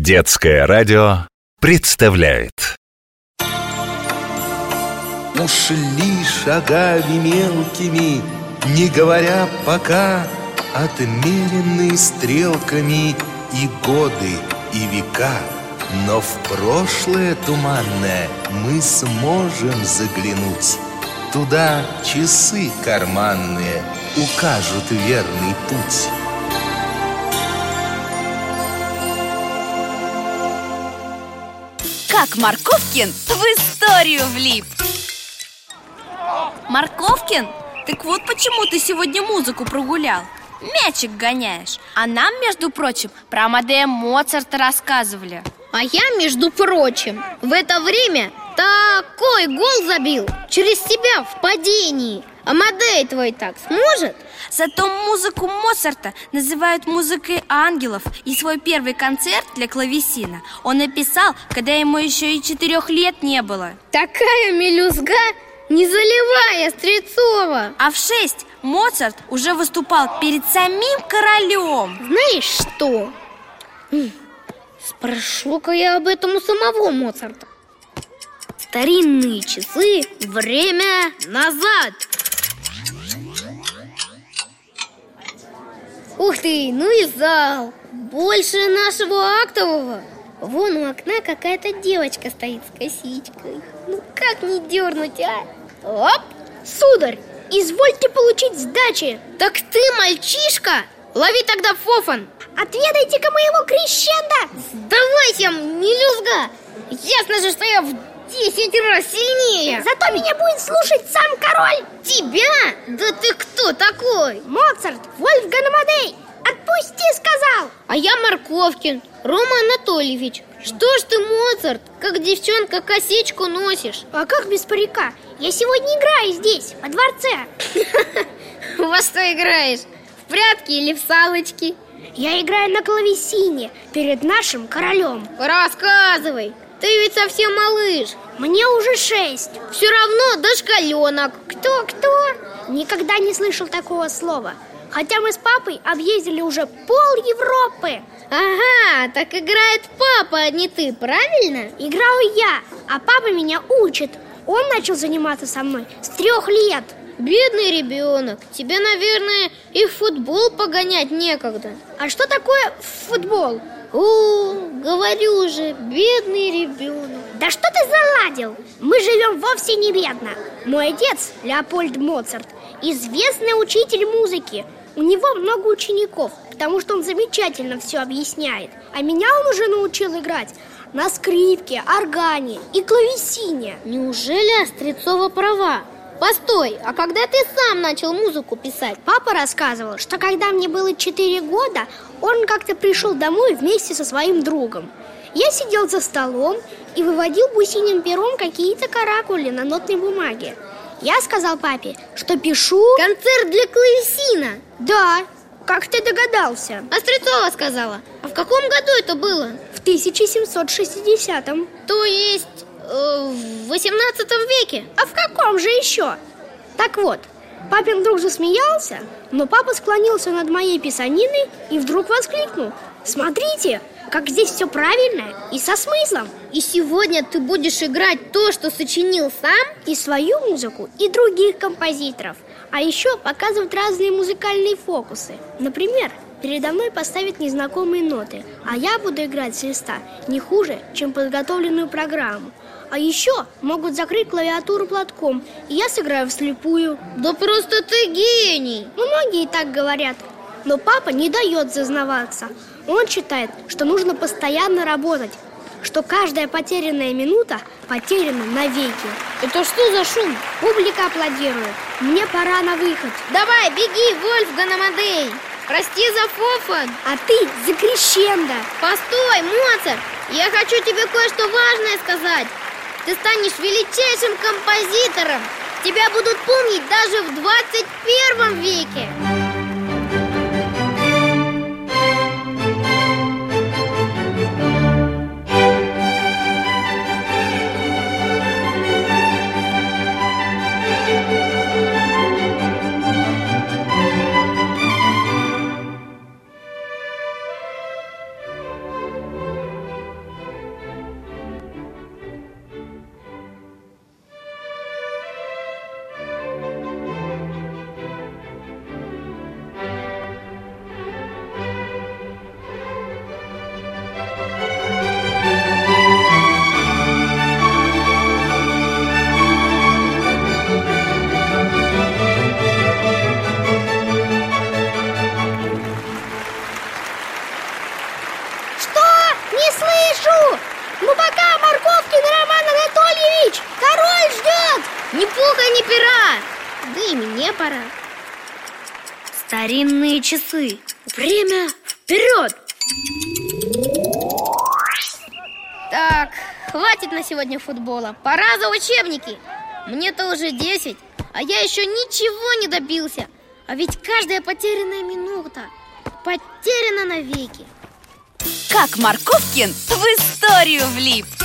Детское радио представляет. Ушли шагами мелкими, не говоря пока, отмеренные стрелками и годы, и века. Но в прошлое туманное мы сможем заглянуть. Туда часы карманные укажут верный путь. Как Морковкин в историю влип. Морковкин, так вот почему ты сегодня музыку прогулял. Мячик гоняешь. А нам, между прочим, про Амадея Моцарта рассказывали. А я, между прочим, в это время такой гол забил через себя в падении. Амадей твой так сможет? Зато музыку Моцарта называют музыкой ангелов. И свой первый концерт для клавесина он написал, когда ему еще и 4 лет не было. Такая мелюзга, не заливая Стрельцова. А в 6 Моцарт уже выступал перед самим королем. Знаешь что? Спрошу-ка я об этом у самого Моцарта. Старинные часы, время назад. Ух ты, ну и зал. Больше нашего актового. Вон у окна какая-то девочка стоит с косичкой. Ну как не дернуть, а? Оп! Сударь, извольте получить сдачи. Так ты мальчишка? Лови тогда фофан. Отведайте-ка моего крещенда. Сдавайся, мелюзга. Ясно же, что я в 10 раз сильнее. Зато меня будет слушать сам король. Тебя? Да ты кто такой? Моцарт, Вольфган Амадей. Отпусти, сказал. А я Морковкин, Рома Анатольевич. Что ж ты, Моцарт, как девчонка косичку носишь? А как без парика? Я сегодня играю здесь, во дворце. Во что играешь? В прятки или в салочки? Я играю на клавесине перед нашим королем. Рассказывай. Ты ведь совсем малыш. Мне уже 6. Все равно дошкаленок. Кто? Никогда не слышал такого слова. Хотя мы с папой объездили уже пол Европы. Ага, так играет папа, а не ты, правильно? Играю я, а папа меня учит. Он начал заниматься со мной с 3 лет. Бедный ребенок. Тебе, наверное, и в футбол погонять некогда. А что такое футбол? О, говорю же, бедный ребенок. Да что ты заладил? Мы живем вовсе не бедно. Мой отец, Леопольд Моцарт, известный учитель музыки. У него много учеников, потому что он замечательно все объясняет. А меня он уже научил играть на скрипке, органе и клавесине. Неужели Острецова права? Постой, а когда ты сам начал музыку писать? Папа рассказывал, что когда мне было 4 года, он как-то пришел домой вместе со своим другом. Я сидел за столом и выводил гусиным пером какие-то каракули на нотной бумаге. Я сказал папе, что пишу... Концерт для клавесина. Да, как ты догадался? Острецова сказала. А в каком году это было? В 1760-м. То есть... в 18 веке. А в каком же еще? Так вот, папин друг засмеялся, но папа склонился над моей писаниной и вдруг воскликнул: смотрите, как здесь все правильно и со смыслом. И сегодня ты будешь играть то, что сочинил сам? И свою музыку, и других композиторов. А еще показывать разные музыкальные фокусы. Например, передо мной поставят незнакомые ноты, а я буду играть с листа не хуже, чем подготовленную программу. А еще могут закрыть клавиатуру платком, и я сыграю вслепую. Да просто ты гений! Многие так говорят, но папа не дает зазнаваться. Он считает, что нужно постоянно работать, что каждая потерянная минута потеряна навеки. Это что за шум? Публика аплодирует. Мне пора на выход. Давай, беги, Вольфган Амадей! Прости за фофан. А ты за крещендо. Постой, Моцарт! Я хочу тебе кое-что важное сказать. Ты станешь величайшим композитором. Тебя будут помнить даже в 21 веке. Не слышу! Ну пока, Морковкин Роман Анатольевич! Король ждет! Ни пуха, ни пера! Да и мне пора. Старинные часы. Время вперед! Так, хватит на сегодня футбола. Пора за учебники. Мне-то уже 10, а я еще ничего не добился. А ведь каждая потерянная минута потеряна навеки. Как Морковкин в историю влип.